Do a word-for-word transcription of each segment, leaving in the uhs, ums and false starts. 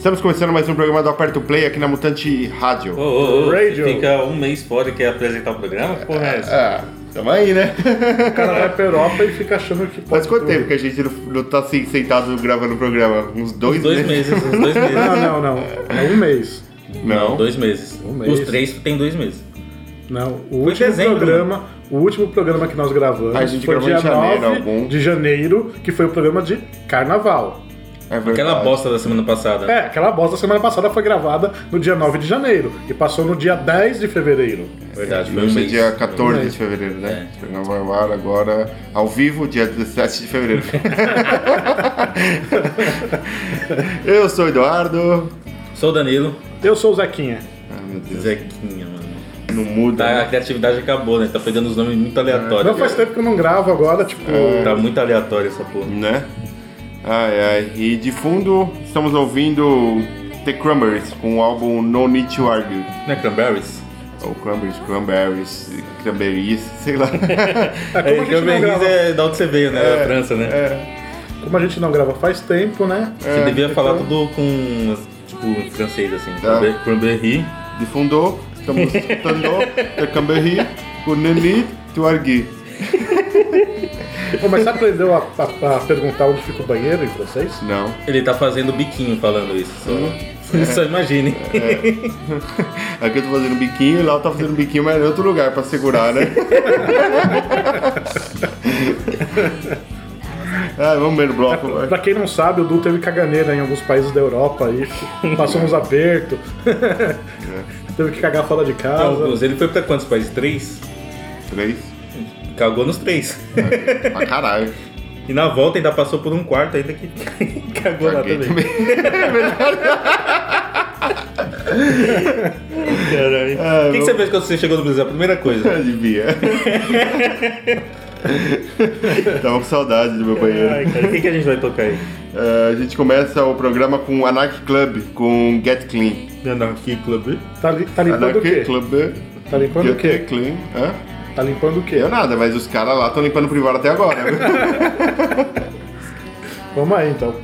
Estamos começando mais um programa do Aperto Play aqui na Mutante Rádio. Ô, ô, ô, Radio. Fica um mês fora e quer apresentar o programa? Porra, é essa? Ah, tamo aí, né? O cara vai pra Europa e fica achando que pode. Faz quanto tudo. tempo que a gente não, não tá assim, sentado gravando o programa? Uns dois, Uns dois meses? meses, uns dois meses. Não, não, não. É um mês. Não. Não, dois meses. Um mês. Os três tem dois meses. Não, o Foi último dezembro, programa, o último programa que nós gravamos A gente foi gravou dia em janeiro, nove algum. de janeiro, que foi o programa de Carnaval. É verdade. Aquela bosta da semana passada. É, aquela bosta da semana passada foi gravada no dia nove de janeiro e passou no dia dez de fevereiro. Verdade, foi um Hoje é mês. dia quatorze Um mês. de fevereiro, né? É. O programa vai ao ar agora, ao vivo, dia dezessete de fevereiro. Eu sou o Eduardo. Sou o Danilo. Eu sou o Zequinha. Ai, meu Deus. Zequinha, mano. Não muda, Tá, a né? criatividade acabou, né? Tá pegando os nomes muito aleatórios. Não faz tempo que eu não gravo agora, tipo. Tá muito aleatório essa porra. Né? Ai, ai. E de fundo, estamos ouvindo The Cranberries com o álbum No Need to Argue. Não é Cranberries? Ou Cranberries, Cranberries, Cranberries, sei lá. É, como, É, a gente não Cranberries grava, é da onde você veio, né? Da França, né? É, como a gente não grava faz tempo, né? Você devia então- falar tudo com, tipo, em francês, assim. Tá. Cranberry. de fundo, estamos escutando The Cranberries com No Need to Argue. Pô, mas você aprendeu a, a- a perguntar onde fica o banheiro em francês? Não. Ele tá fazendo biquinho falando isso. Só, Hum. só imagine. Aqui eu tô fazendo biquinho e lá eu tô fazendo biquinho, mas em outro lugar pra segurar, né? Ah, vamos ver no bloco. vai. Pra quem não sabe, o Du teve caganeira em alguns países da Europa aí, passou uns apertos, teve que cagar fora de casa. Então, ele foi pra quantos países? Três? Três. Cagou nos três. Pra caralho. E na volta ainda passou por um quarto ainda que cagou Caguei lá também. Caralho. Ah, o que, que você fez quando você chegou no Brasil? A primeira coisa. Adivinha. Tava com saudade do meu banheiro. Ai, cara, o que, que a gente vai tocar aí? Ah, a gente começa o programa com Anarchy Club, com Get Clean. Anarchy Club. Tá, li- tá limpando o Anarchy quê? Club. Tá limpando o Get quê? Clean. Hã? Tá limpando o quê? Eu nada, mas os caras lá estão limpando o privado até agora. viu? Vamos aí então.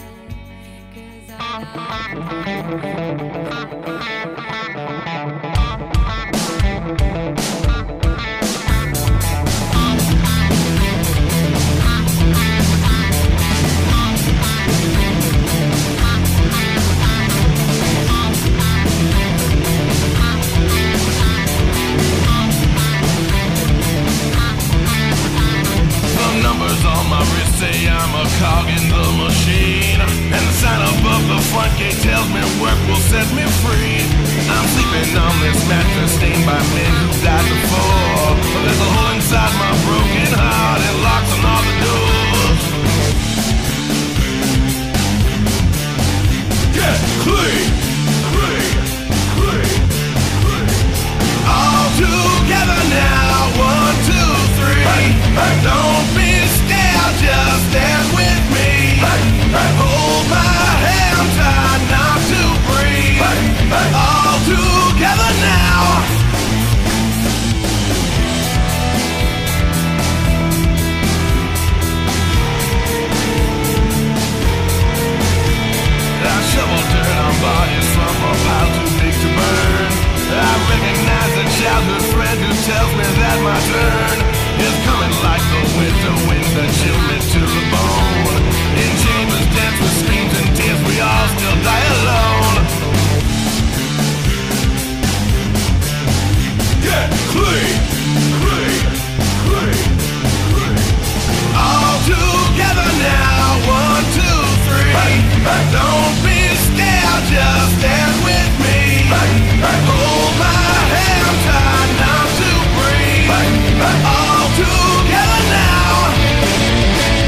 The numbers on my wrist say I'm a cog in the machine, and the sign above the front gate tells me work will set me free. I'm sleeping on this mattress stained by men who died before, but there's a hole inside my broken heart, it locks on all the doors. Get clean, clean, clean, clean. All together now, one, two, three. Hey, hey. Don't be scared, just stand with me. Hey, hey. Hold my hand tight, not to breathe. Hey, hey. All together now. I shovel dirt on bodies from a pile too big to burn. I recognize a childhood friend who tells me that my turn is coming like the winter wind that chill me to the bone. In chambers dense with screams and tears, we all still die alone. Get clean, clean, clean, clean. All together now, one, two, three. Hey, hey. Don't be scared, just stand with me. Hey, hey. Hold my hand tight, not to breathe. Hey, hey. All together now.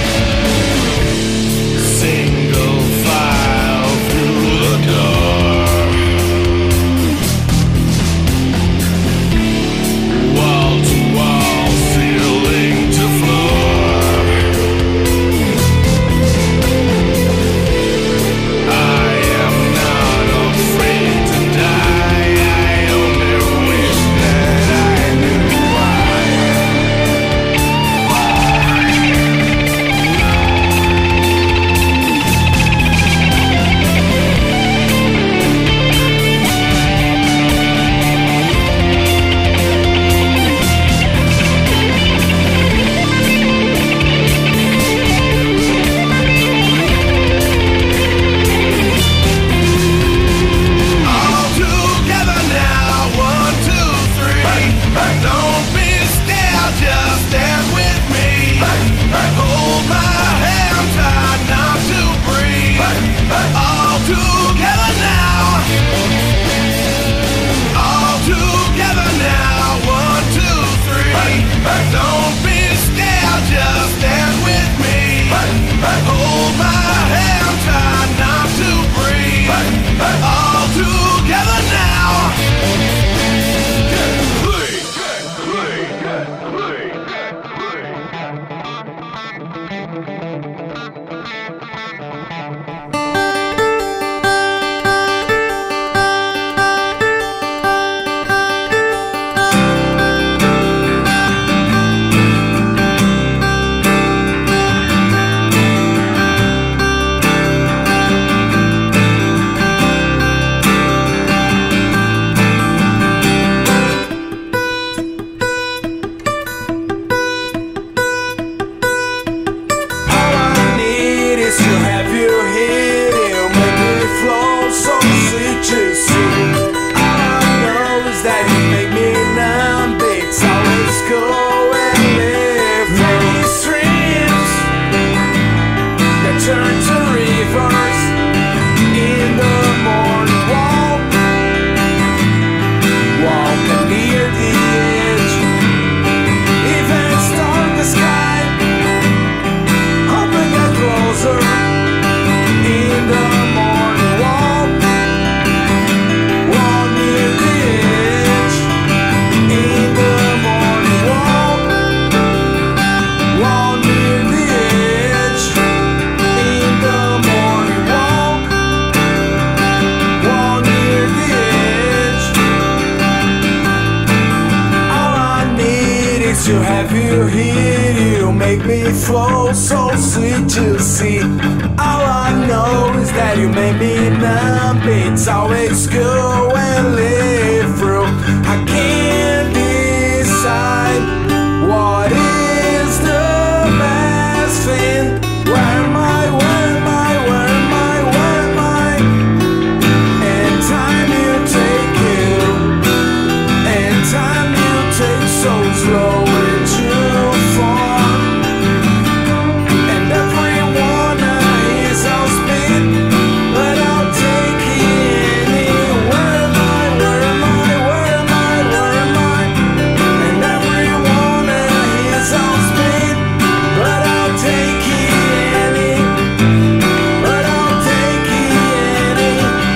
you here, you make me flow, so sweet to see. All I know is that you make me numb. It's always good when live through. I can't decide what is the best thing. Where am I, where am I, where am I, where am I? And time you take you, and time you take so slow into form. And everyone is all spin, but I'll take it anywhere. Where am I, where am I, where am I, where am I? And everyone is all spin, but I'll take it any, but I'll take it any.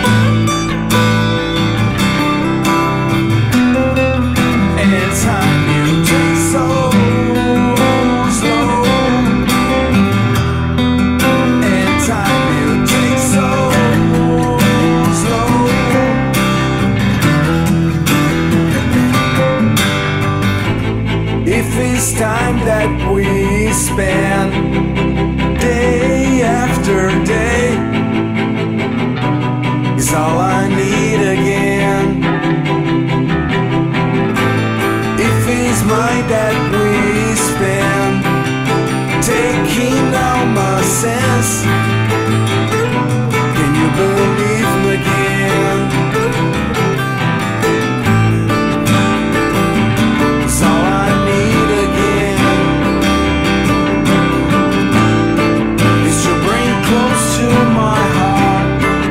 And time you take so slow. And time you take so slow. If it's time that we spend day after day, is all I need again. If it's mine that we spend taking all my sense, can you believe me again? It's all I need again. Is to bring close to my heart.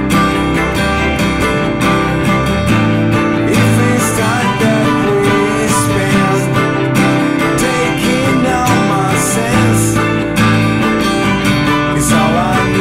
If it's time that we spend taking all my sense, it's all I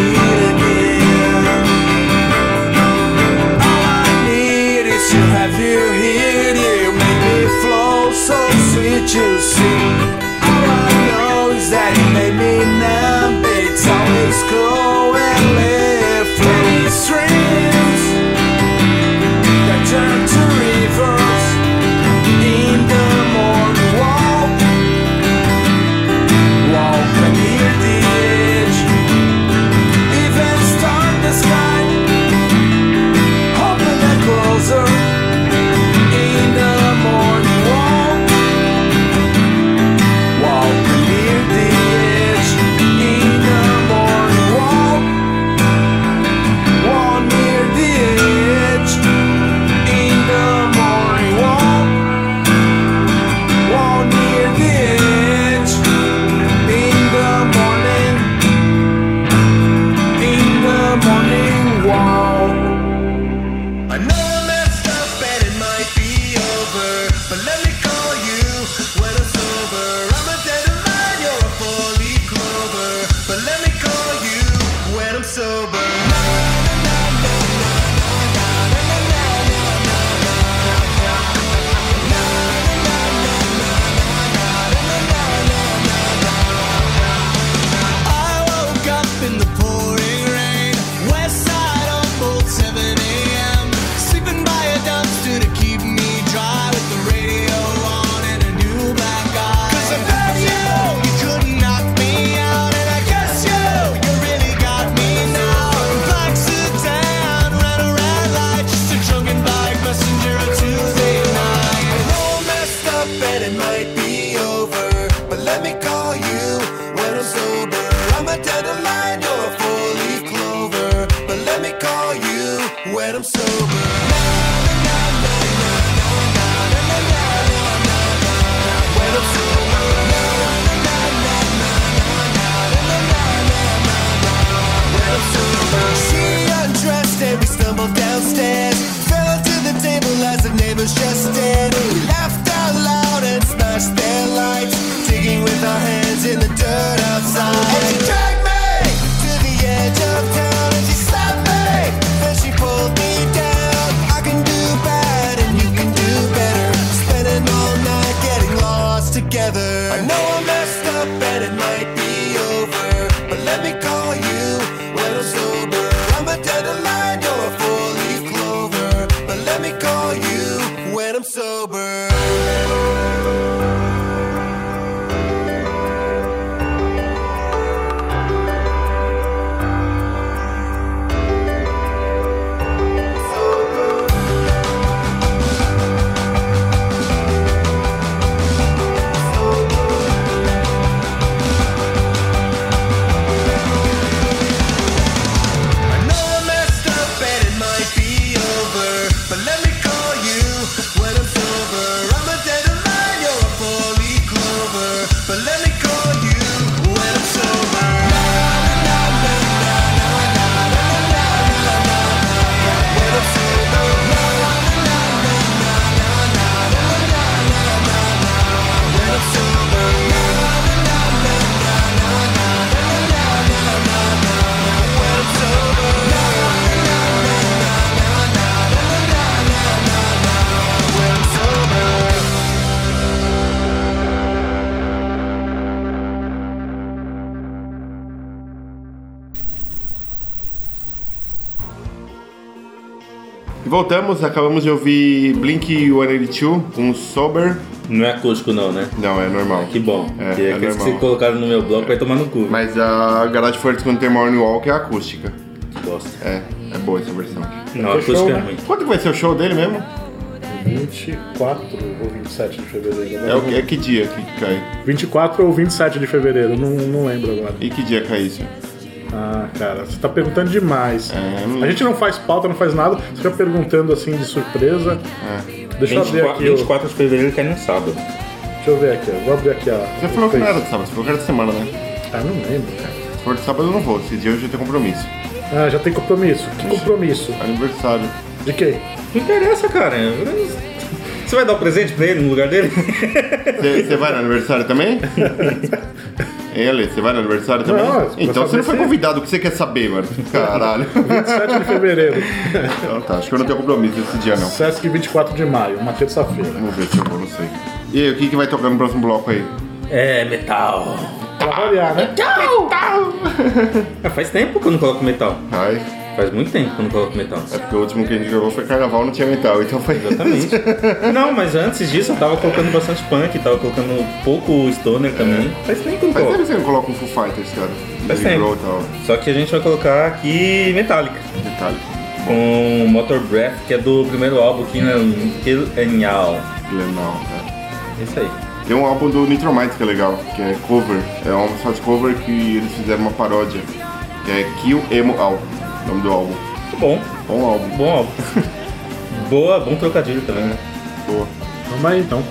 E voltamos, acabamos de ouvir Blink cento e oitenta e dois com Sober. Não é acústico não, né? Não, é normal. Que bom. É, Porque é aqueles que normal. se colocaram no meu bloco vai tomar no cu. Mas a Garage Force quando tem Morning Walk é acústica. Bosta. É, é boa essa versão. Não, Fechou, acústica é né? ruim. Quando que vai ser o show dele mesmo? vinte e quatro ou vinte e sete de fevereiro. É, o, é que dia que cai? vinte e quatro ou vinte e sete de fevereiro, não, não lembro agora. E que dia cai isso? Ah, cara, você tá perguntando demais. É, não- A gente não faz pauta, não faz nada, você fica perguntando assim de surpresa. É. Deixa eu abrir vinte e quatro, aqui. o- vinte e quatro de fevereiro cai no sábado. Deixa eu ver aqui, ó. Vou abrir aqui, ó. Você falou que não era de sábado, você falou que era de semana, né? Ah, não lembro, cara. Se for de sábado eu não vou, esse dia eu já tenho compromisso. Ah, já tem compromisso. Que compromisso? Aniversário. De quem? Não interessa, cara. Você vai dar o presente pra ele no lugar dele? Você você vai no aniversário também? Hein, Ale, você vai no aniversário também? Não, então vou você não foi saber convidado, o que você quer saber, mano? Caralho. vinte e sete de fevereiro. Então tá, acho que eu não tenho compromisso esse dia não. Sesc vinte e quatro de maio, uma terça-feira. Vamos ver se eu vou, não sei. E aí, o que, que vai tocar no próximo bloco aí? É, metal. Pra variar, né? Ah, faz tempo que eu não coloco metal. Ai, Faz muito tempo que eu não coloco metal. é porque o último que a gente jogou foi carnaval, não tinha metal, então foi. Exatamente. Não, mas antes disso eu tava colocando bastante punk, tava colocando pouco stoner também. Faz tempo que eu não Faz tempo coloco. que você não coloca um Foo Fighters, cara. Faz Dave tempo. Grohl e tal. Só que a gente vai colocar aqui Metallica. Detalhe. Com Motor Breath, que é do primeiro álbum aqui na Kill Anyal. Legal, cara. Isso aí. Tem um álbum do Nitromites que é legal, que é cover. É um álbum só de cover que eles fizeram uma paródia. Que é Kill Emo All, o nome do álbum. Bom, Bom álbum. bom álbum. Boa, bom trocadilho também, né? Boa. Vamos aí então.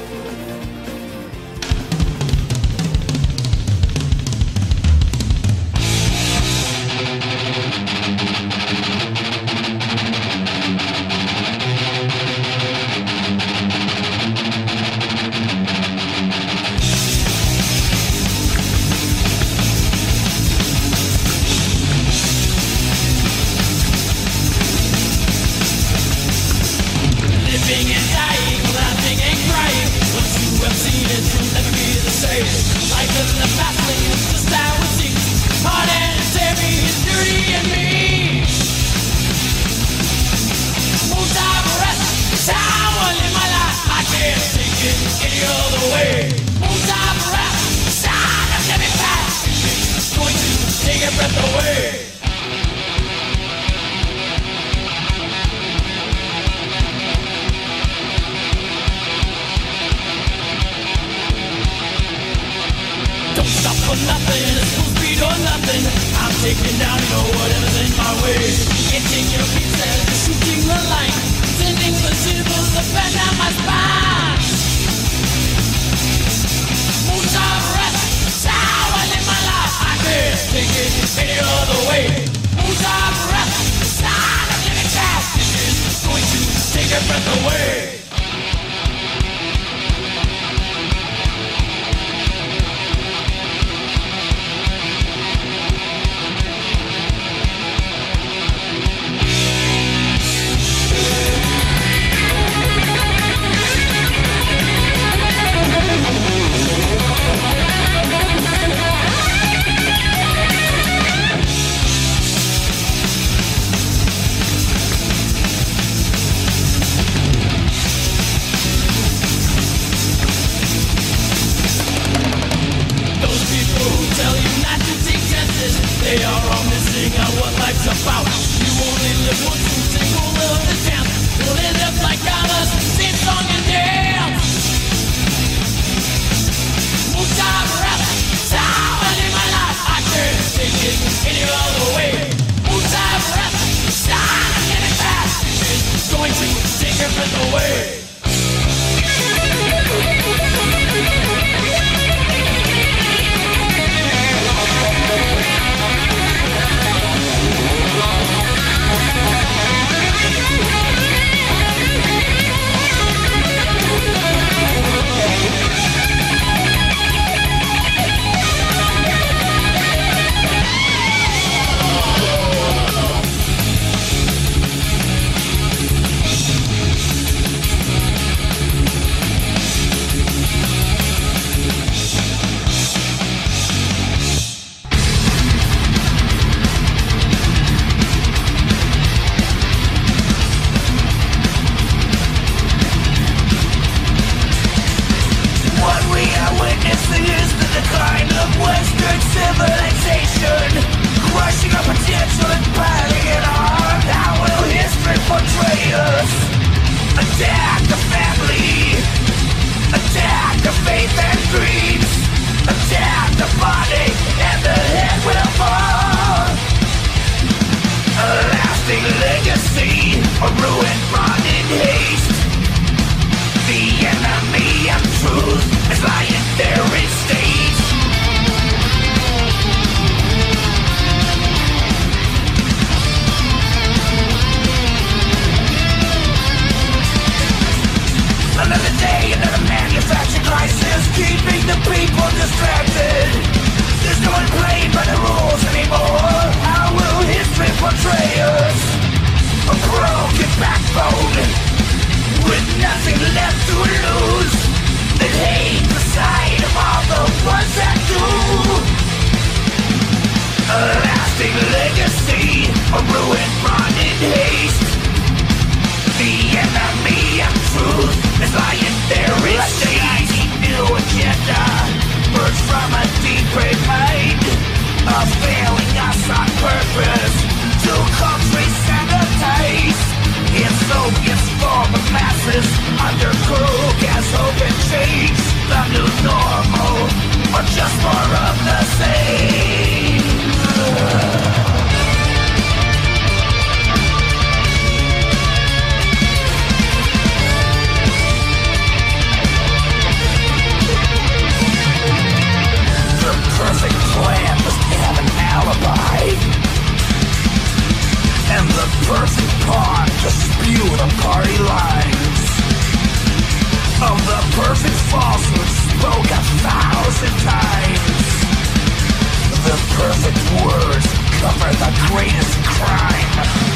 Living and dying, laughing and crying. Once you have seen it, you'll never be the same. Life in the past is just how it seems. Hard and heavy is dirty and mean. Most of the rest is how I live my life. I can't think it any other way. Most of the rest is how I'm living fast. It's going to take your breath away. Don't stop for nothing, it's full speed or nothing. I'm taking down, you know, whatever's in my way. Hitting your beats as you're shooting the line. Sending the shivers up and down my spine. Moons of rest, it's how I live my life. I can't take it any other way. Moons of rest, it's how I'm living fast. This is going to take your breath away. Those people who tell you not to take chances, they are all missing out what life's about. You only live once, so take all of the chance. You'll end up like others, sing song and dance. Most of rap, it's how I live my life. I can't take it any other way. Most of rap, it's how I'm getting fast. It's going to take your breath away. distracted. There's no one playing by the rules anymore. How will history portray us? A broken backbone with nothing left to lose. And hate the sight of all the ones that do. A lasting legacy, a ruin run in haste. The enemy of truth is lying there in state. New agenda birds from a depraved mind of failing us on purpose to country sanitize. In Soviets form of masses under Krug as hope and change. The new normal or just more of the same. The perfect plan must have an alibi, and the perfect pawn to spew the party lines of the perfect falsehood spoke a thousand times. The perfect words cover the greatest crime.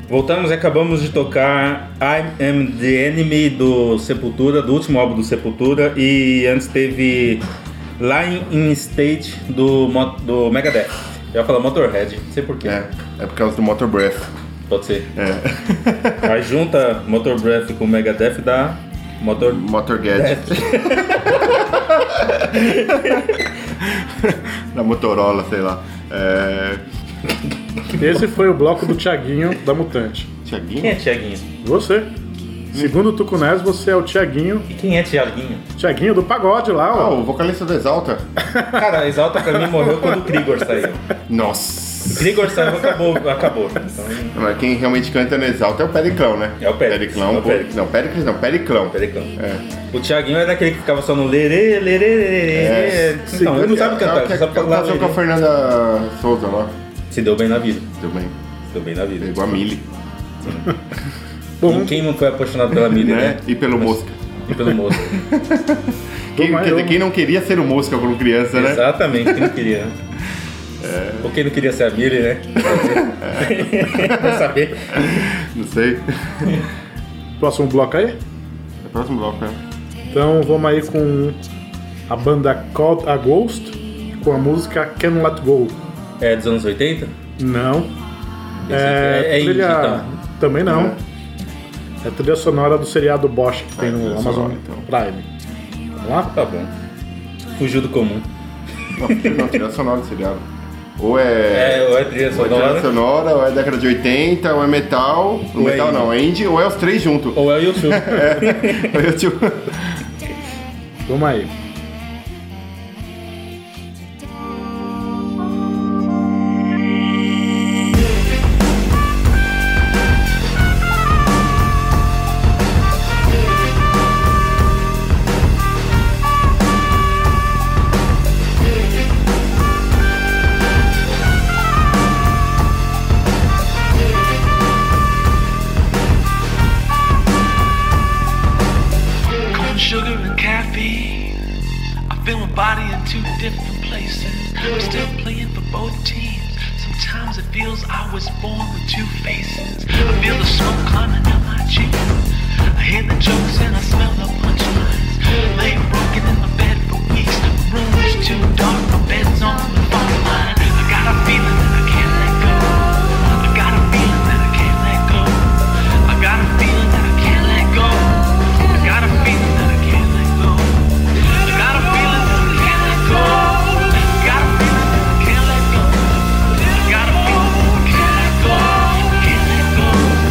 Voltamos e acabamos de tocar I Am The Enemy do Sepultura, do último álbum do Sepultura. E antes teve Lying in State do, Mo- do Megadeth. Eu ia falar Motorhead, não sei porquê. É, é por causa do Motor Breath. Pode ser. É. Aí junta Motor Breath com Megadeth e dá Motor... Motor Gadget. Da Motorola, sei lá. É... Esse foi o bloco do Thiaguinho da Mutante. Thiaguinho? Quem é Thiaguinho? Você. Segundo o Tucunés, você é o Thiaguinho. E quem é Thiaguinho? Thiaguinho do pagode lá, Ah, ó. o vocalista do Exalta. Cara, Exalta pra mim morreu quando o Krigor saiu. Nossa. O Krigor saiu, acabou. acabou. Então, Mas quem realmente canta no Exalta é o Periclão, né? É o Péricles, Periclão, é o pô. Péricles. Não, Pericles não, Periclão. Periclão. É. O Thiaguinho é daquele que ficava só no lerê, lerê, lerê. É. Então, ele não sabe cantar, É, ele é, só é, falar casou com a lerê. Fernanda Souza lá. Se deu bem na vida. Deu bem. Se deu bem na vida. Igual a Millie. Bom, E quem não foi apaixonado pela Millie, Né? né? E pelo Mosca. E pelo moço. Quem, Mas quer dizer, eu- quem não queria ser o Mosca quando criança, né? Exatamente, quem não queria. Né? Ou quem não queria ser a Millie, né? Vai saber. Não sei. próximo bloco aí? É o próximo bloco, né? Então vamos aí com a banda Called a Ghost com a música Can't Let Go. É dos anos oitenta? Não. Esse É, aqui é- é trilha... indie, então. Também não. É trilha sonora do seriado Bosch que tem É, no trilha Amazon sonora, então. Prime. Vamos lá? Tá bom. Fugiu do comum. Não, não, trilha sonora do seriado. Ou É, é. ou é trilha ou é trilha sonora, sonora, ou é década de oitenta, ou é metal. Ou é metal indie. não, é indie, ou é os três juntos. ou é o YouTube. Ou é o tio. Vamos aí. Corn sugar and caffeine. I feel my body in two different places. I'm still playing for both teams. Sometimes it feels I was born with two faces. I feel the smoke climbing down my cheeks. I hear the jokes and I smell the punchlines. Lay broken in my bed for weeks. The room's too dark, my bed's on the phone line. I got a feeling that I can't let go. I got a feeling that I can't let go. I got a feeling that I can't let go. I got a feeling that I can't let go. I got a feeling that I can't let go. I got a feeling that I can't let go. I got a feeling that I can't let go. I can't let go.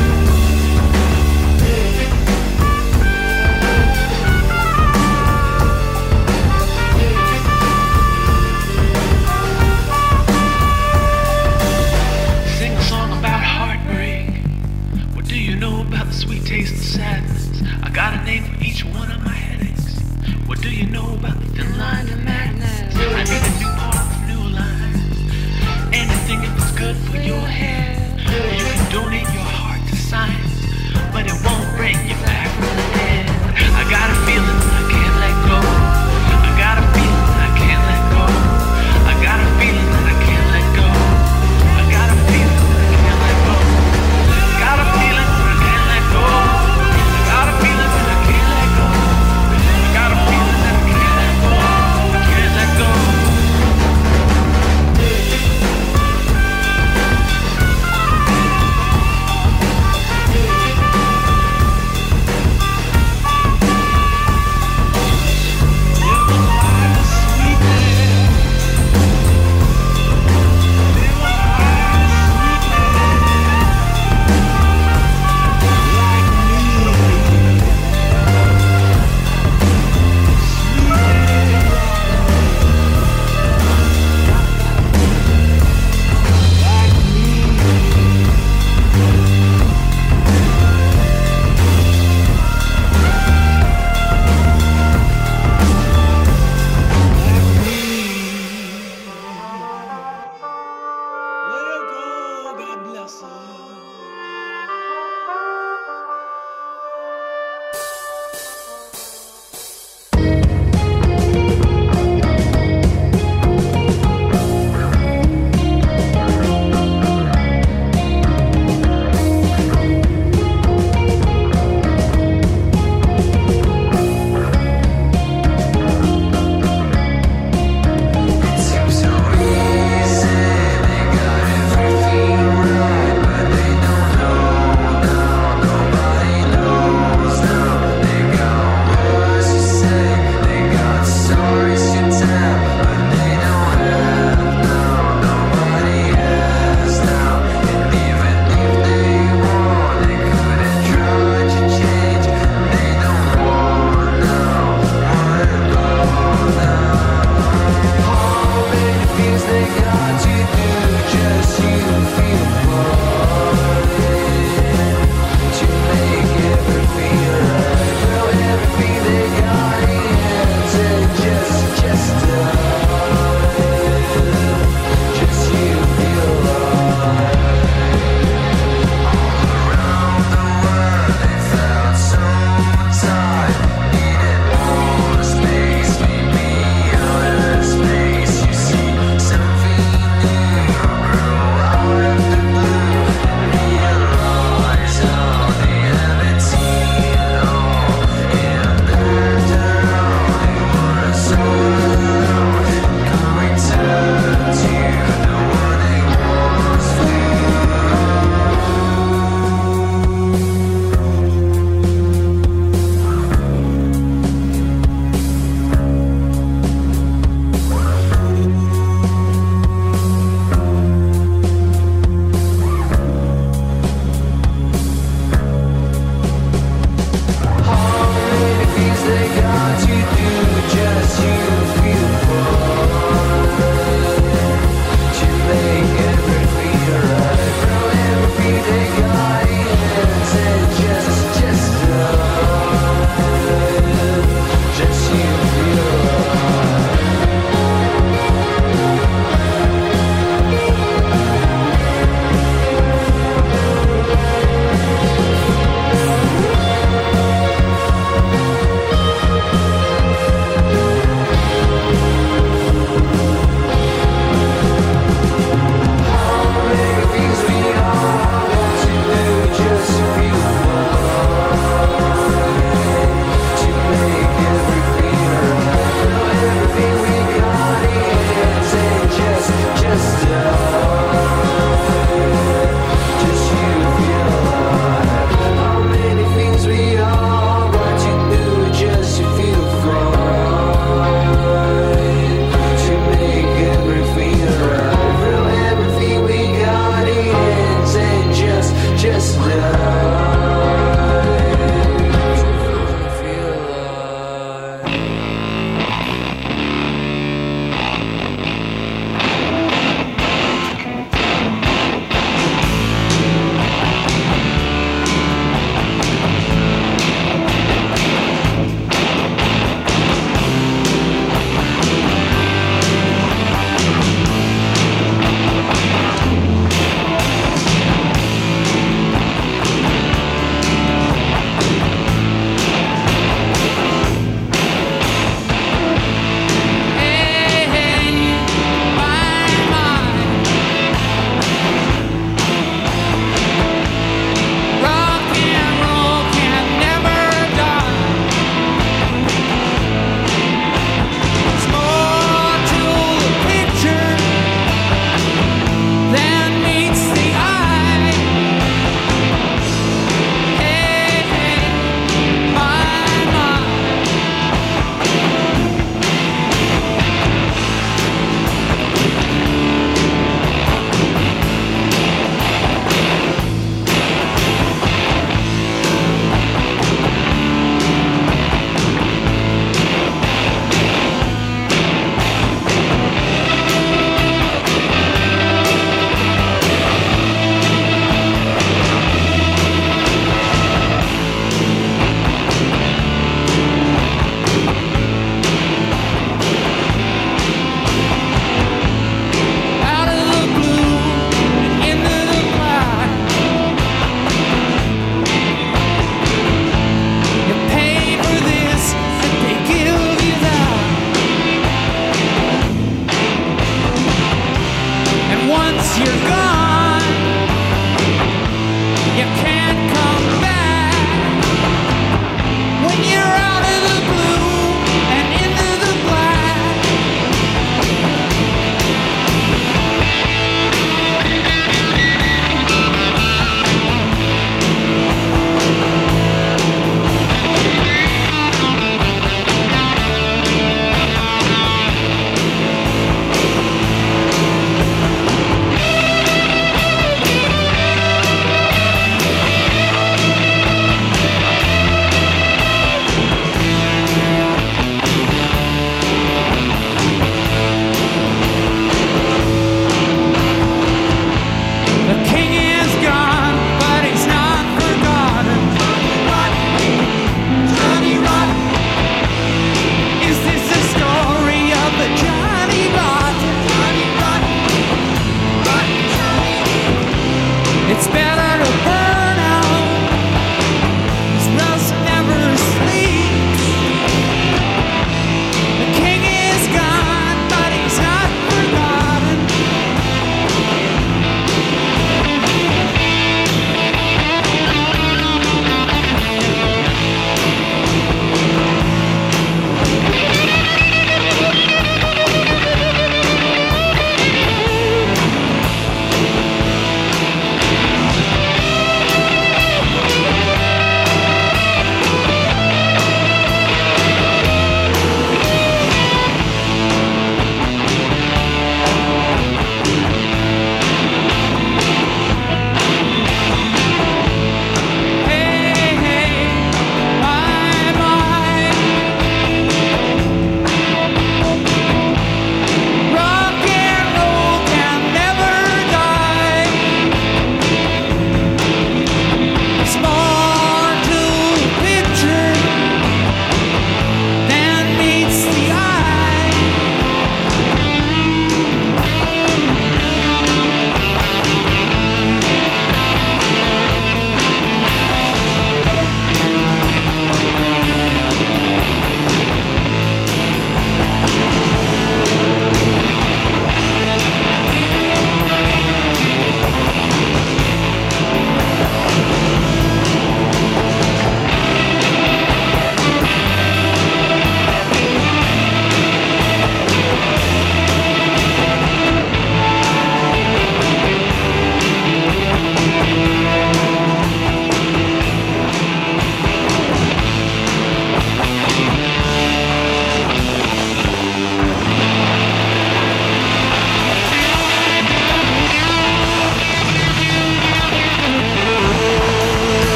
Sing a song about heartbreak. What do you know about the sweet taste of sadness? I got a name for each one of my headaches. What do you know about the thin line of madness? I need a new part of new line. Anything if it's good for your head. You can donate your heart to science, but it won't bring you back from the dead. I got a feeling that I can't let go. I got a feeling that I can't let go. I got a feeling that I can't let go. I got a feeling that I can't let go. I got a feeling that I can't let go. I got a feeling that I can't let go. I got a feeling that I can't let go. I can't let go.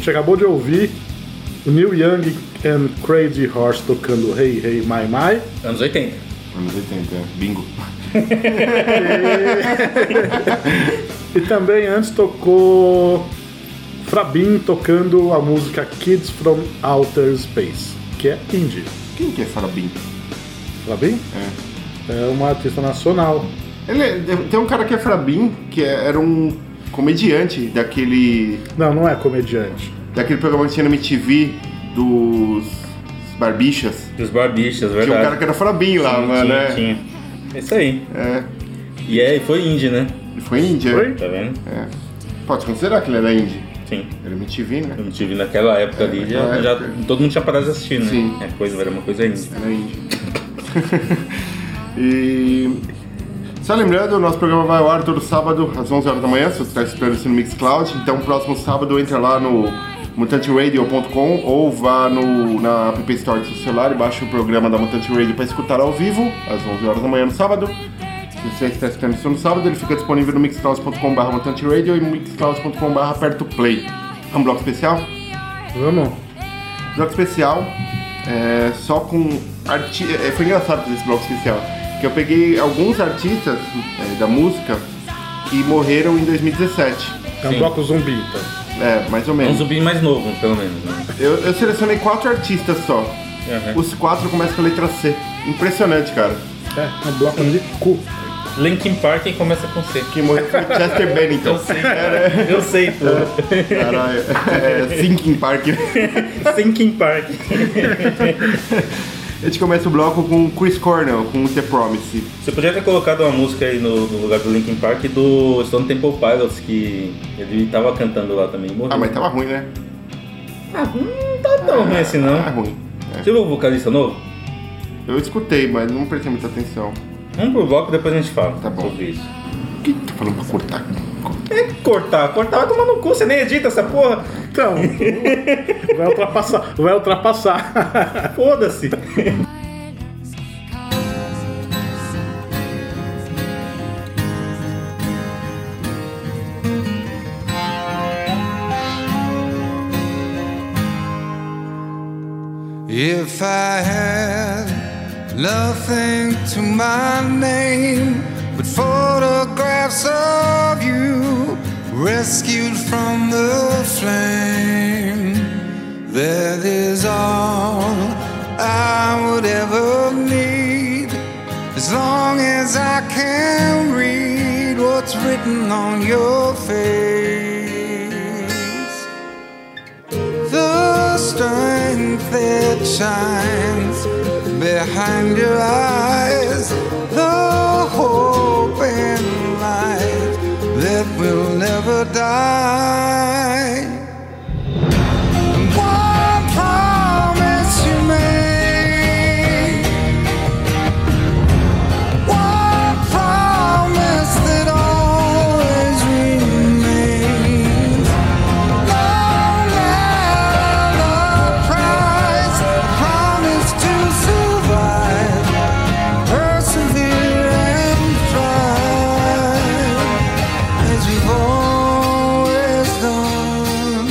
gente acabou de ouvir o Neil Young and Crazy Horse tocando Hey Hey My My. Anos oitenta. Anos oitenta, é. Bingo. E também antes tocou Frabin tocando a música Kids from Outer Space, que é indie. Quem que é Frabin? Frabin? É. É uma artista nacional. Ele é, tem um cara que é Frabin, que é- era um comediante daquele. Não, não é comediante. daquele programa que tinha na M T V dos Barbichas. Dos Barbichas, verdade. Tinha um cara que era Frabin lá, Sim, mano, tinha, né? tinha. Isso aí. É. E é, foi indie, né? E foi índia. Foi? Tá vendo? É. Pode considerar que ele era indie. Sim. Era M T V, né? Eu tive naquela época ali, já, naquela já- época. todo mundo tinha parado de assistir, né? Sim. É coisa, era uma coisa indie. Era indie. E... Só lembrando, o nosso programa vai ao ar todo sábado às onze horas da manhã, se você está esperando isso no Mixcloud. Então, próximo sábado, entra lá no mutante radio ponto com ou vá no, na App Store do seu celular e baixa o programa da Mutante Radio para escutar ao vivo, às onze horas da manhã no sábado. Se você está escutando isso no sábado, ele fica disponível no mixcloud ponto com barra mutante radio e mixcloud ponto com barra aperto play. É um bloco especial? Vamos? Bloco especial, é, só com arti... é, foi engraçado fazer esse bloco especial, que eu peguei alguns artistas é, da música que morreram em dois mil e dezessete. É um Sim. bloco zumbi, então. É, mais ou É um menos. zumbi mais novo, pelo menos, né? Eu, eu selecionei quatro artistas só. Uhum. Os quatro começam com a letra C. Impressionante, cara. É, é um bloco de cu. Linkin Park começa com C. Quem morreu foi Chester Bennington. Eu sei, eu sei, pô. Caralho, é Thinking Park. Linkin Park. A gente começa o bloco com Chris Cornell, com The Promise. Você podia ter colocado uma música aí no, no lugar do Linkin Park do Stone Temple Pilots, que ele tava cantando lá também. Morreu. Ah, mas tava ruim, né? Ah, não tá tão ruim assim, não. Ah, ruim. É. Você viu o vocalista novo? Eu escutei, mas não prestei muita atenção. Vamos pro bloco e depois a gente fala Tá bom. sobre isso. O que tá falando pra cortar? É cortar, cortar vai tomar no cu, você nem edita essa porra. Então, vai ultrapassar. Vai ultrapassar. Foda-se. If I had nothing to my name but photographs of you rescued from the flame, that is all I would ever need, as long as I can read what's written on your face. The strength that shines behind your eyes, the hope and light that will never die. And one promise you made, one promise that always remains. No matter the price, promise to survive, persevere and thrive, as we've always done.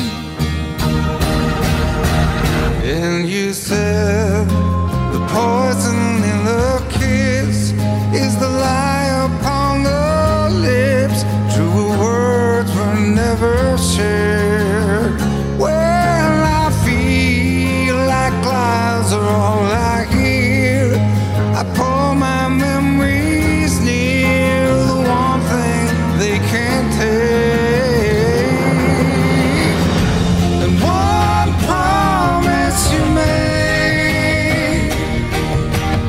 And you said the poison in the kiss is the lie upon the lips. True words were never shared. Well, I feel like lies are all I hear. I pull my memories near, the one thing they can't take. And one promise you made,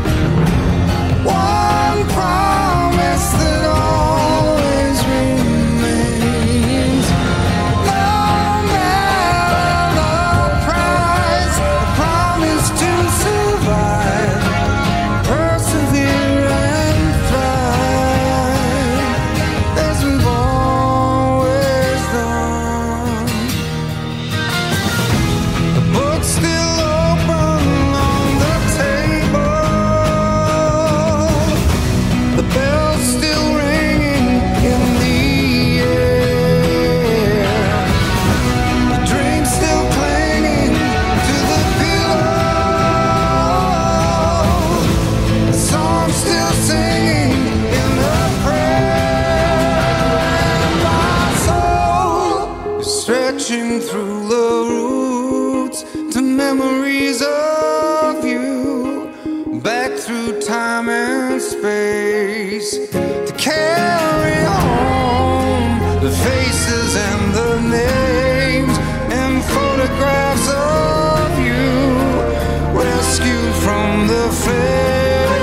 back through time and space to carry home the faces and the names and photographs of you rescued from the flames.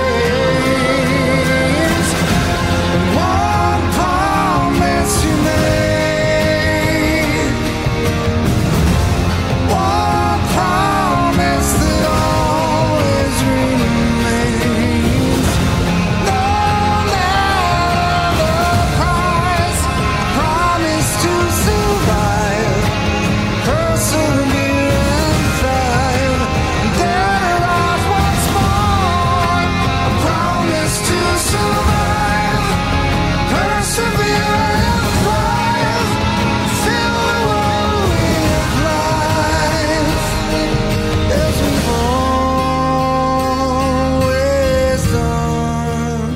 And one promise you made, one promise that always remains. No matter the price, promise to survive, persevere and thrive, and then arise once more. A promise to survive, persevere and thrive, fill the world with life, as we've always done.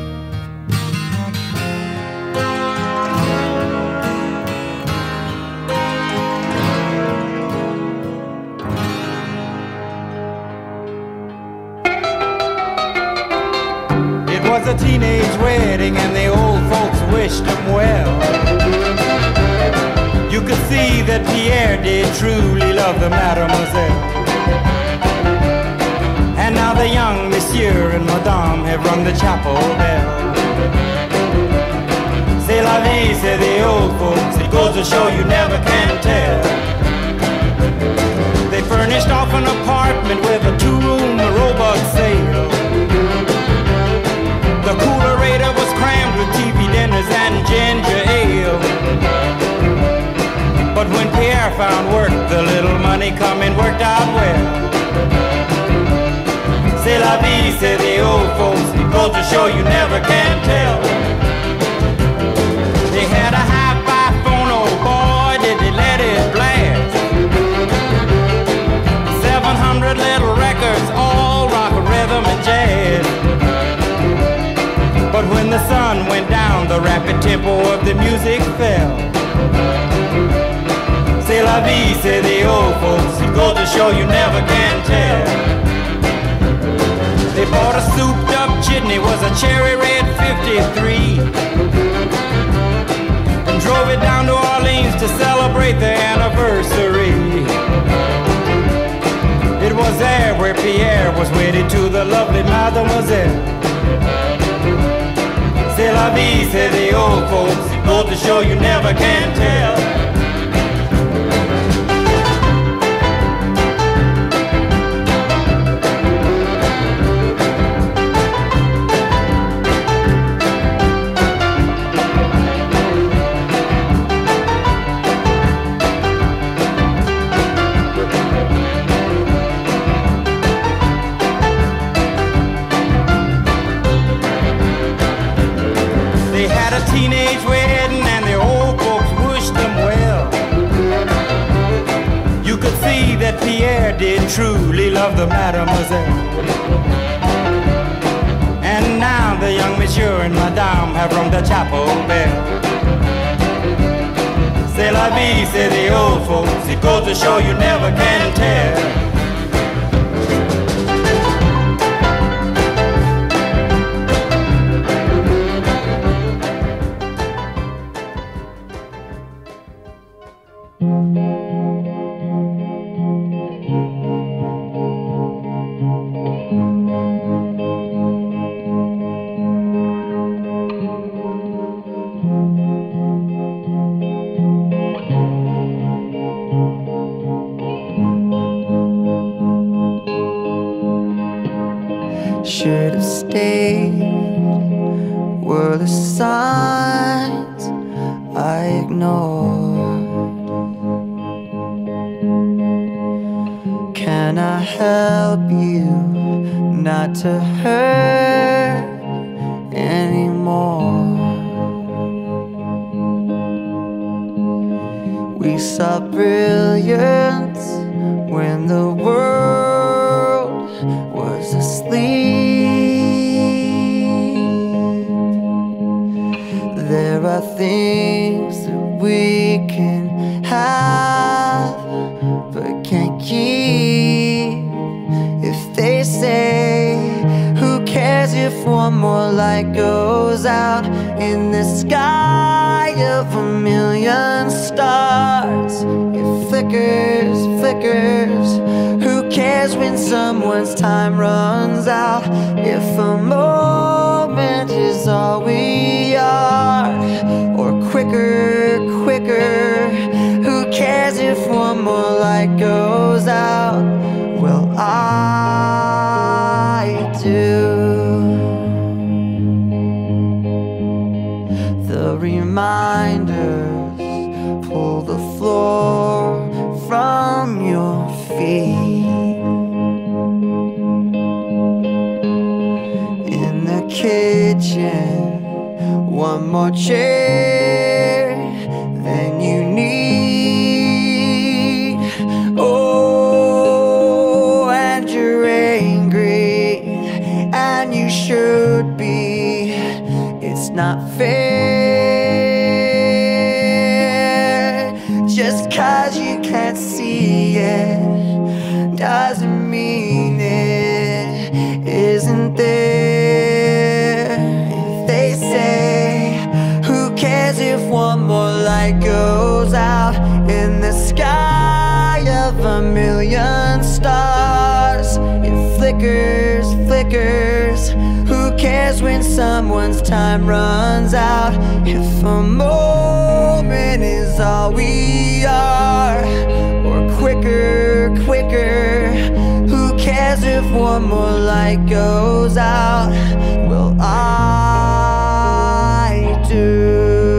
It was a teenage wedding and the old folks wished him well. You could see that Pierre did truly love the mademoiselle. And now the young monsieur and madame have rung the chapel bell. C'est la vie, say the old folks, it goes to show you never can tell. They furnished off an apartment with a two-room robot sale. The coolerator was crammed with T V dinners and ginger ale. But when Pierre found work, the little money coming worked out well. C'est la vie, say the old folks, it goes to show you never can tell. They had a hi-fi phone, oh boy, did they let it blast. Seven hundred little records, all rock, rhythm, and jazz. But when the sun went down, the rapid tempo of the music fell. C'est la vie, say the old folks, it goes to show you never can tell. They bought a souped up chitney, was a cherry red fifty-three, and drove it down to Orleans to celebrate their anniversary. It was there where Pierre was wedded to the lovely mademoiselle. C'est la vie, say the old folks, it goes to show you never can tell. Teenage wedding and the old folks wished them well. You could see that Pierre did truly love the mademoiselle. And now the young monsieur and madame have rung the chapel bell. C'est la vie, say the old folks, it goes to show you never can tell. Should have stayed, were the signs I ignored. Can I help you not to hurt anymore? We saw brilliance when the world was asleep. There are things that we can have but can't keep. If they say if one more light goes out in the sky of a million stars? It flickers, flickers. Who cares when someone's time runs out? If a moment is all we are, or quicker, quicker. Who cares if one more light goes out? Well, I do. The reminders pull the floor from your feet. In the kitchen, one more chair than you need. Oh, and you're angry, and you should be. It's not fair. Just 'cause you can't see it doesn't mean it isn't there. If they say, who cares if one more light goes out in the sky of a million stars? It flickers, flickers. Who cares when someone's time runs out? If a moment is all we are, or quicker, quicker. Who cares if one more light goes out? Well, I do.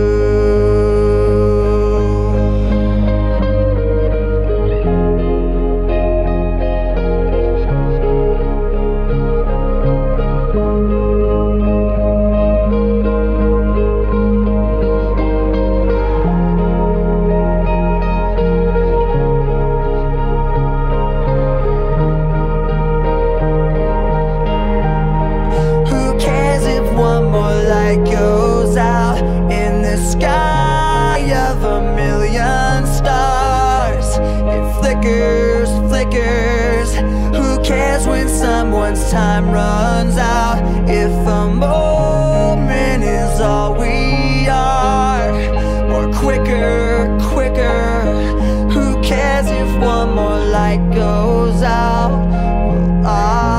Goes out in the sky of a million stars. It flickers, flickers. Who cares when someone's time runs out? If a moment is all we are, or quicker, quicker. Who cares if one more light goes out? Well, I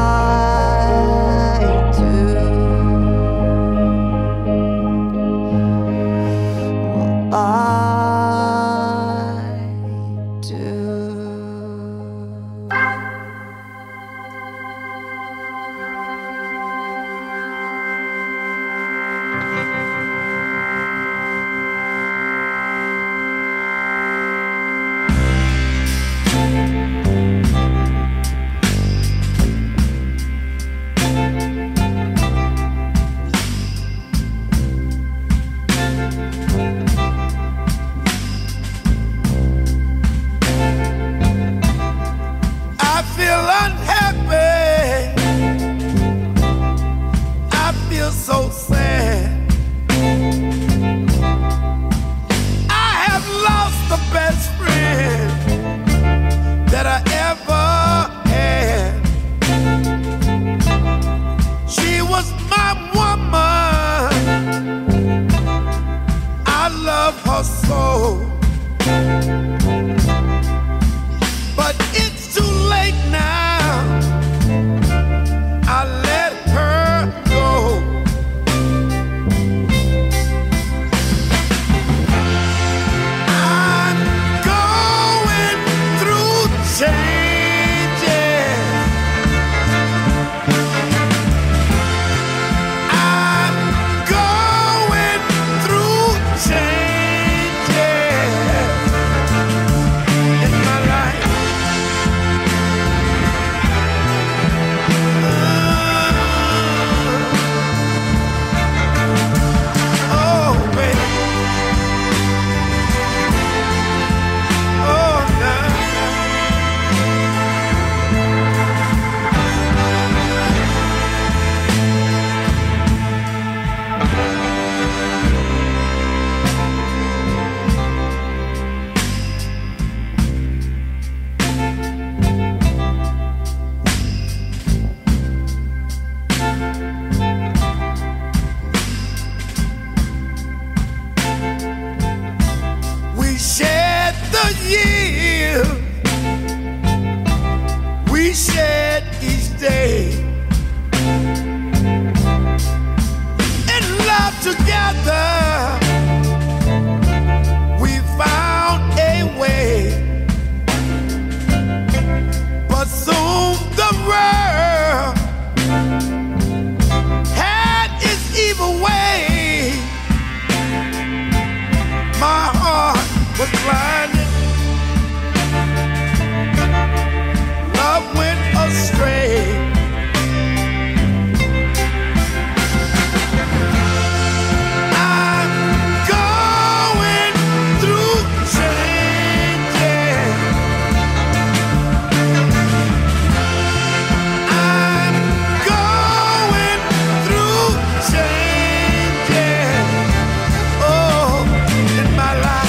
I'm going through changes. met each day. In love together, we found a way. But soon the world had its evil way. My heart was blinded. Love went astray. I'm going through changes. I'm going through changes. Oh, in my life.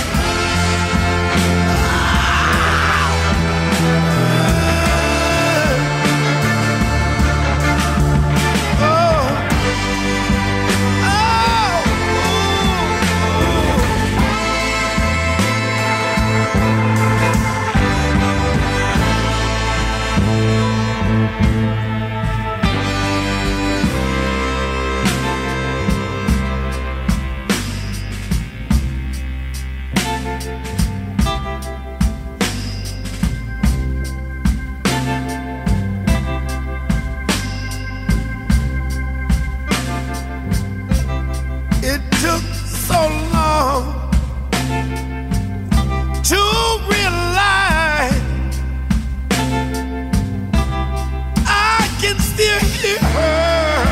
It took so long to realize I can still hear her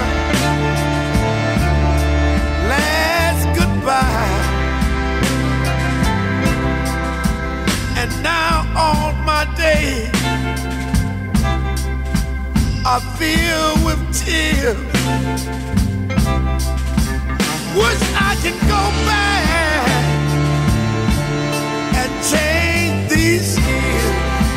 last goodbye. And now all my days are filled with tears. Wish I could go back and change these years.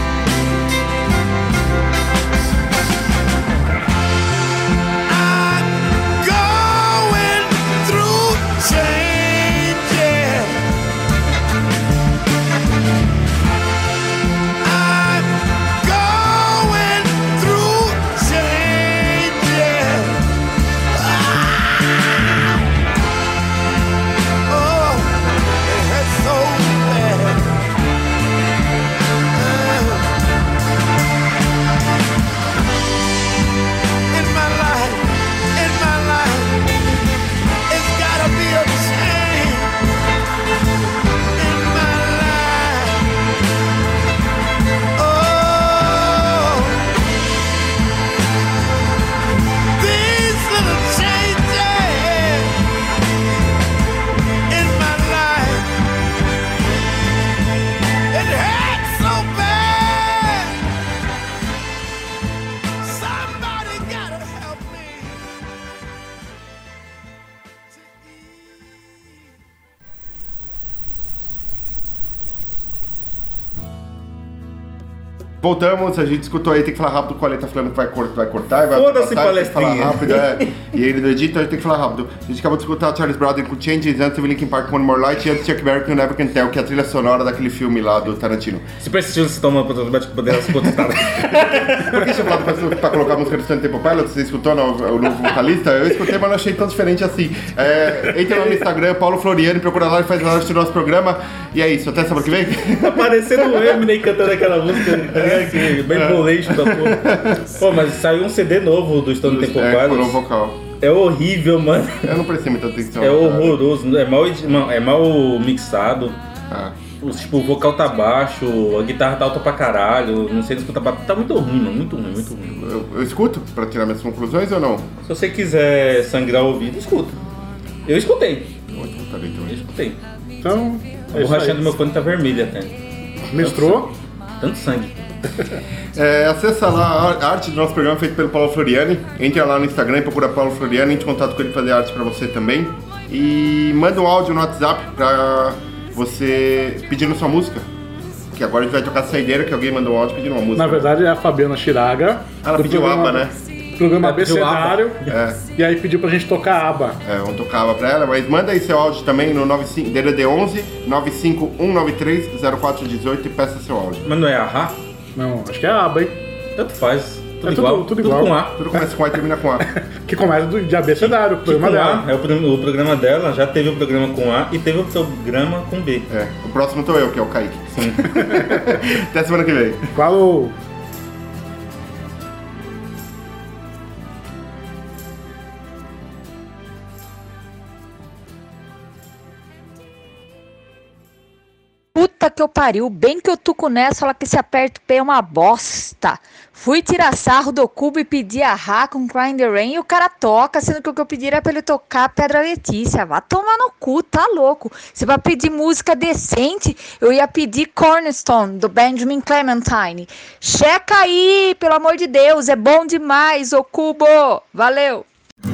I'm going through changes. I'm going through changes. Oh, it hurts so bad. In my life, in my life, it's gotta be a change. In my life, oh, these little changes in my life, it hurts so bad. Somebody gotta help me to ease. Voltamos, a gente escutou aí, tem que falar rápido, o Colê tá falando que vai, cor- vai cortar, e vai Foda-se, passar, tem que falar palestrinha. rápido, é. E ele do editor tem que falar rápido. A gente acabou de escutar Charles Brown com Changes, antes teve Linkin Park com One More Light, e antes Chuck Berry com Never Can Tell, que é a trilha sonora daquele filme lá do Tarantino. Se persistiu se toma pra poder se contestar. Por que você falou pra, pra colocar a música do Stone Temple Pilots? Você escutou no, o novo vocalista? Eu escutei, mas não achei tão diferente assim. É, entra lá no Instagram, Paulo Floriani, procura lá e faz análise do nosso programa. E é isso, até semana que vem. Tá parecendo o Eminem cantando aquela música, tá ligado? Que bem boleixo da porra. Pô, mas saiu um C D novo do Stone Temple É, com o Pilots. vocal. É horrível, mano. Eu não prestei muita atenção. É cara. horroroso, é mal, edi- não, é mal mixado. Ah. O, tipo, o vocal tá baixo, a guitarra tá alta pra caralho, não sei escutar, tá muito ruim, mano, muito ruim, muito ruim. Eu, eu escuto pra tirar minhas conclusões ou não? Se você quiser sangrar o ouvido, escuta. Eu escutei, Eu escutarei eu também. escutei. Então, A é isso borrachinha aí. do meu fone tá vermelha até. Misturou? Tanto sangue. É, acessa lá a arte do nosso programa feito pelo Paulo Floriani. Entra lá no Instagram e procura Paulo Floriani, entre em contato com ele fazer arte pra você também. E manda um áudio no WhatsApp pra você pedindo sua música. Que agora a gente vai tocar Saideira, que alguém mandou um áudio pedindo uma música. Na verdade é a Fabiana Chiraga. Ela do pediu programa- aba, né? Programa Ela pediu Abecedário. É. E aí pediu pra gente tocar aba. É, vamos tocar aba pra ela, mas manda aí seu áudio também no nove cinco D D D onze nove cinco um nove três zero quatro um oito e peça seu áudio. Mas não é a Rá? Não, acho que é aba, hein? Tanto faz. tudo É tudo- igual. tudo igual. com A. Tudo começa com A e termina com A. Que começa do, de abecedário, o Que programa com dela. A, é o, pro- o programa dela, já teve o programa com A e teve o programa com B. É. O próximo tô eu, que é o Kaique. Sim. Até semana que vem. Falou! Puta que eu pariu, bem que eu tuco nessa, fala que se aperta o pé é uma bosta. Fui tirar sarro do cubo e pedi a Rá com Crying the Rain e o cara toca, sendo que o que eu pedi era pra ele tocar Pedra Letícia. Vá tomar no cu, tá louco. Se vai pedir música decente, eu ia pedir Cornerstone, do Benjamin Clementine. Checa aí, pelo amor de Deus, é bom demais, ô cubo. Valeu.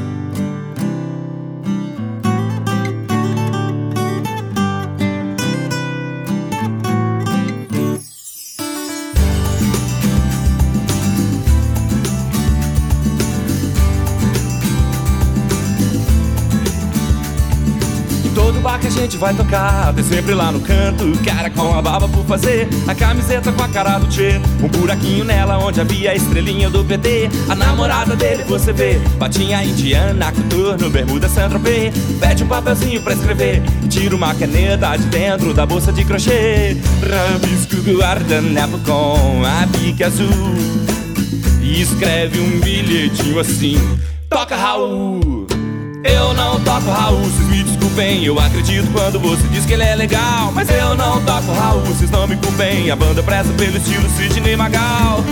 Todo bar que a gente vai tocar, tem sempre lá no canto cara com a barba por fazer, a camiseta com a cara do Tchê, um buraquinho nela onde havia a estrelinha do P T. A namorada dele você vê, patinha indiana, coturno, bermuda Saint-Tropez. Pede um papelzinho pra escrever e tira uma caneta de dentro da bolsa de crochê. Rabisco guardanapo com a bique azul e escreve um bilhetinho assim: toca Raul. Eu não toco Raul, vocês me desculpem. Eu acredito quando você diz que ele é legal, mas eu não toco Raul, vocês não me culpem. A banda preza pelo estilo Sidney Magal.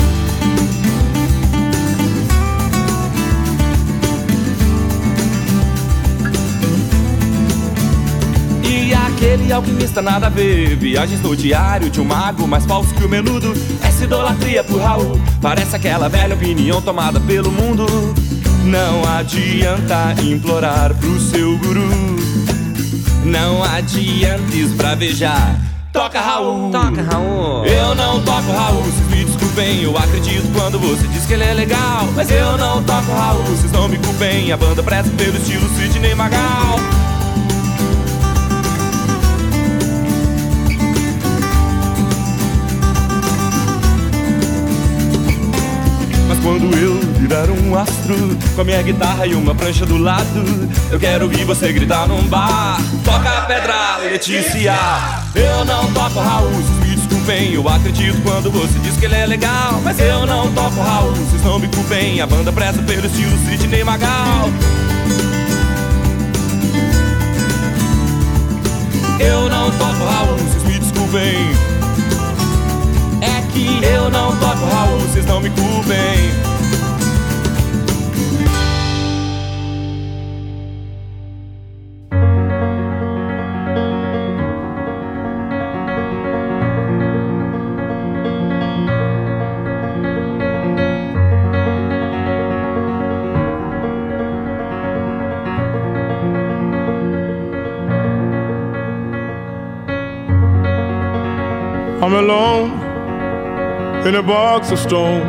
E aquele alquimista nada a ver, viagens no diário de um mago mais falso que o menudo. Essa idolatria por Raul parece aquela velha opinião tomada pelo mundo. Não adianta implorar pro seu guru, não adianta esbravejar. Toca Raul, toca Raul. Eu não toco Raul, vocês me desculpem. Eu acredito quando você diz que ele é legal, mas eu não toco Raul, vocês não me culpem. A banda preza pelo estilo Sidney Magal. Quando eu virar um astro, com a minha guitarra e uma prancha do lado, eu quero ouvir você gritar num bar: toca a Pedra Letícia. Eu não toco Raul, vocês me desculpem. Eu acredito quando você diz que ele é legal, mas eu não toco Raul, vocês não me culpem. A banda preza pelo estilo Sidney Magal. Eu não toco Raul, vocês me desculpem. É que eu não toco Raul, vocês não me culpem. I'm alone in a box of stone.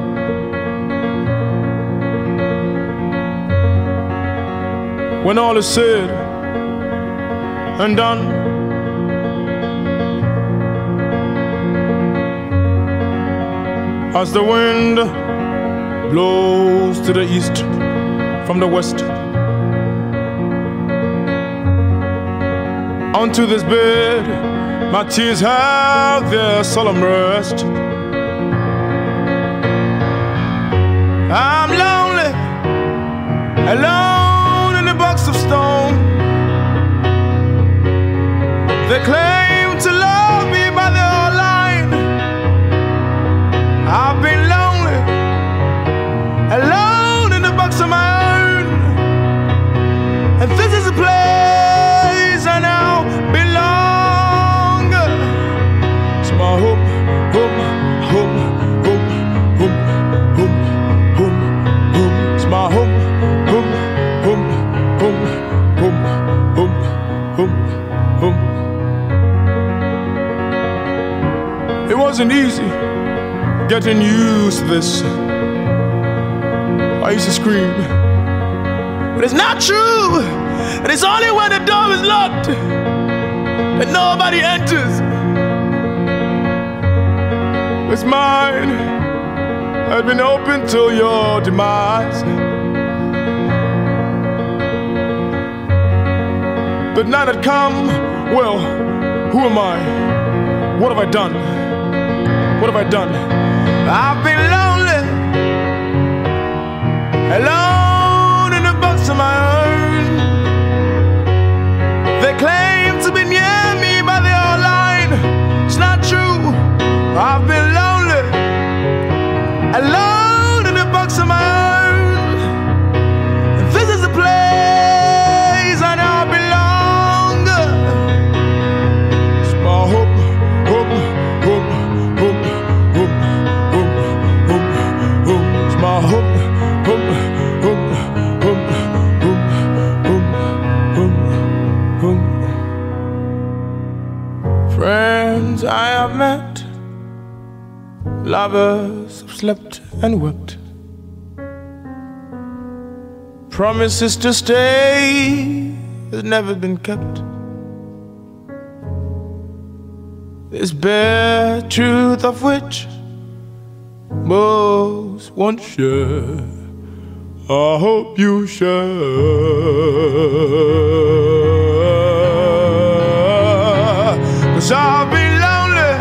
When all is said and done, as the wind blows to the east from the west, onto this bed my tears have their solemn rest. I'm lonely, alone in a box of stone. They claim to love me by the whole line. I've been lonely, alone in a box of my own. And this is a place I now belong. It's my home, home, home, home, home, home, home, home. It's my home, home, home, home, home, home, home, home. It wasn't easy getting used to this. I used to scream, but it's not true. And it's only when the door is locked that nobody enters. It's mine, had been open till your demise. But now that come, well, who am I? What have I done? What have I done? I've been lonely, alone in the box of my own. They claim to be near me, but they all lying. It's not true. I've been lonely, alone in the box of my own. And this is the place I now belong. It's my home, home, home, home, home, home, home, home. It's my home, home, home, home, home, home, home, home. Friends I have met, lovers have slept and wept, promises to stay has never been kept. This bare truth of which most won't share, I hope you share. 'Cause I've been lonely,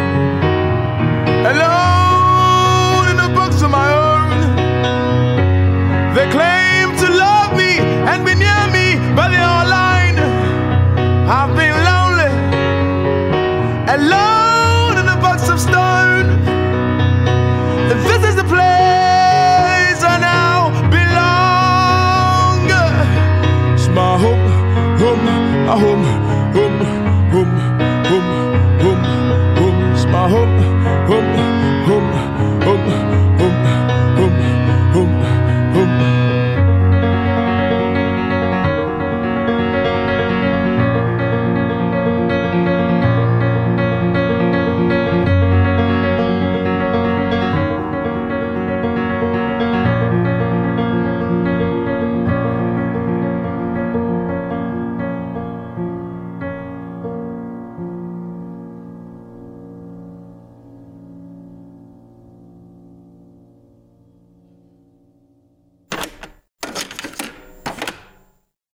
alone in the books of my own. They claim to love me and be near me, but they all lying. I've been lonely, alone in the box of stone. And this is the place I now belong. It's my home, home, my home, home, home, home, home, home. It's my home, home, home.